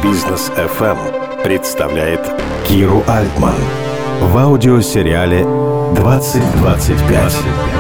Бизнес FM представляет Киру Альтман в аудиосериале «2025».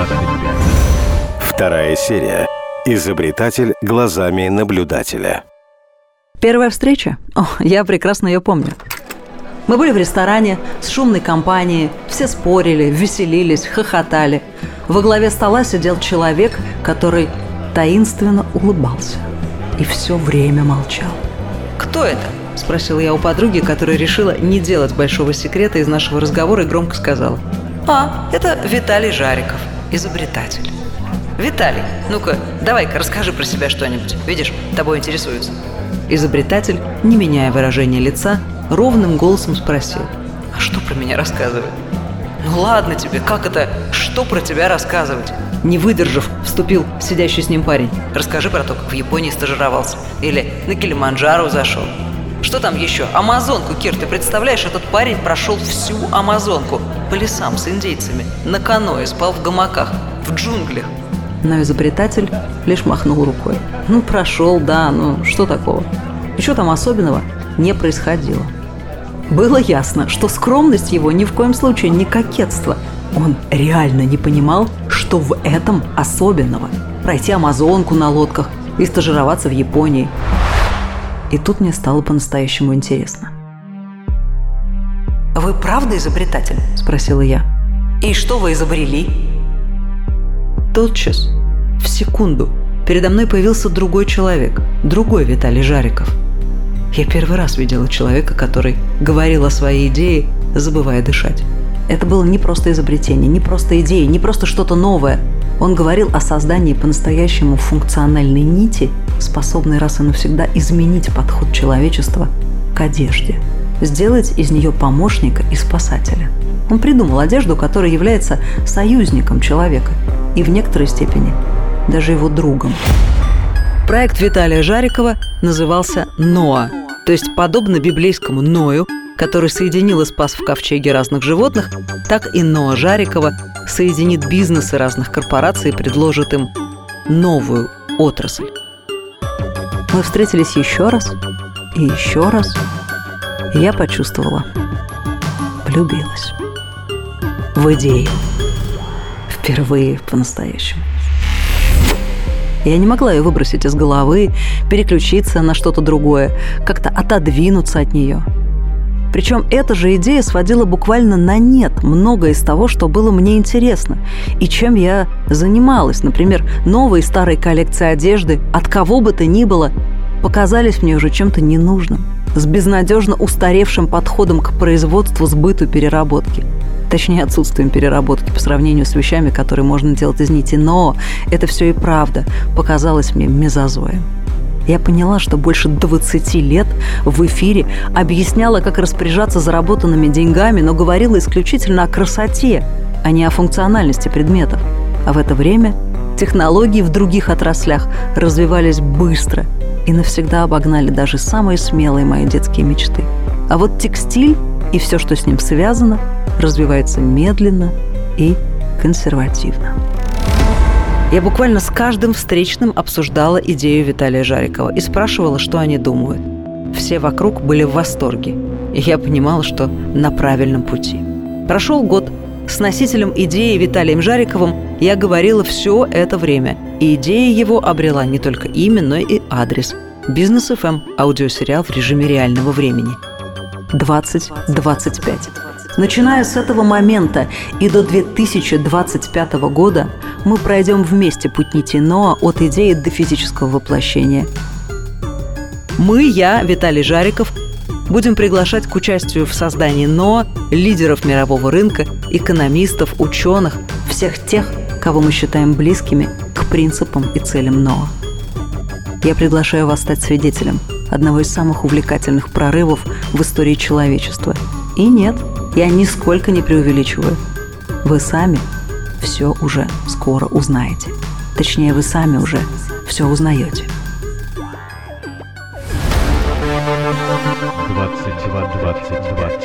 Вторая серия. Изобретатель глазами наблюдателя. Первая встреча? Я прекрасно ее помню. Мы были в ресторане с шумной компанией, все спорили, веселились, хохотали. Во главе стола сидел человек, который таинственно улыбался и все время молчал. «Кто это?» – спросила я у подруги, которая решила не делать большого секрета из нашего разговора и громко сказала: это Виталий Жариков, изобретатель. Виталий, ну-ка, давай-ка расскажи про себя что-нибудь. Видишь, тобой интересуются. Изобретатель, не меняя выражения лица, ровным голосом спросил: а что про меня рассказывать? Ну ладно тебе, как это, что про тебя рассказывать? Не выдержав, вступил сидящий с ним парень. Расскажи про то, как в Японии стажировался. Или на Килиманджаро зашел. Что там еще? Амазонку, Кир, ты представляешь, этот парень прошел всю Амазонку по лесам с индейцами, на каноэ, спал в гамаках, в джунглях. Но изобретатель лишь махнул рукой. Прошел, да, что такого? Ничего там особенного не происходило. Было ясно, что скромность его ни в коем случае не кокетство. Он реально не понимал, что в этом особенного. Пройти Амазонку на лодках и стажироваться в Японии. И тут мне стало по-настоящему интересно. «Вы правда изобретатель?» – спросила я. «И что вы изобрели?» Тотчас, в секунду, передо мной появился другой человек, другой Виталий Жариков. Я первый раз видела человека, который говорил о своей идее, забывая дышать. Это было не просто изобретение, не просто идея, не просто что-то новое. Он говорил о создании по-настоящему функциональной нити, способной раз и навсегда изменить подход человечества к одежде, сделать из нее помощника и спасателя. Он придумал одежду, которая является союзником человека и в некоторой степени даже его другом. Проект Виталия Жарикова назывался «Ноа», то есть подобно библейскому Ною, который соединил и спас в ковчеге разных животных, так и Ноа Жарикова соединит бизнесы разных корпораций и предложит им новую отрасль. Мы встретились еще раз, и я почувствовала, влюбилась в идею. Впервые по-настоящему. Я не могла ее выбросить из головы, переключиться на что-то другое, как-то отодвинуться от нее. Причем эта же идея сводила буквально на нет многое из того, что было мне интересно, и чем я занималась. Например, новые и старые коллекции одежды, от кого бы то ни было, показались мне уже чем-то ненужным, с безнадежно устаревшим подходом к производству, сбыту, переработке. Точнее, отсутствием переработки по сравнению с вещами, которые можно делать из нити. Но это все и правда показалось мне мезозоем. Я поняла, что больше 20 лет в эфире объясняла, как распоряжаться заработанными деньгами, но говорила исключительно о красоте, а не о функциональности предметов. А в это время технологии в других отраслях развивались быстро и навсегда обогнали даже самые смелые мои детские мечты. А вот текстиль и все, что с ним связано, развивается медленно и консервативно. Я буквально с каждым встречным обсуждала идею Виталия Жарикова и спрашивала, что они думают. Все вокруг были в восторге, и я понимала, что на правильном пути. Прошел год. С носителем идеи Виталием Жариковым я говорила все это время, и идея его обрела не только имя, но и адрес. Бизнес FM, аудиосериал в режиме реального времени. 2025. Начиная с этого момента и до 2025 года мы пройдем вместе путь нити Ноа от идеи до физического воплощения. Я, Виталий Жариков, будем приглашать к участию в создании Ноа лидеров мирового рынка, экономистов, ученых, всех тех, кого мы считаем близкими к принципам и целям Ноа. Я приглашаю вас стать свидетелем одного из самых увлекательных прорывов в истории человечества. И нет, я нисколько не преувеличиваю. Вы сами все уже скоро узнаете. Точнее, вы сами уже все узнаете. 22.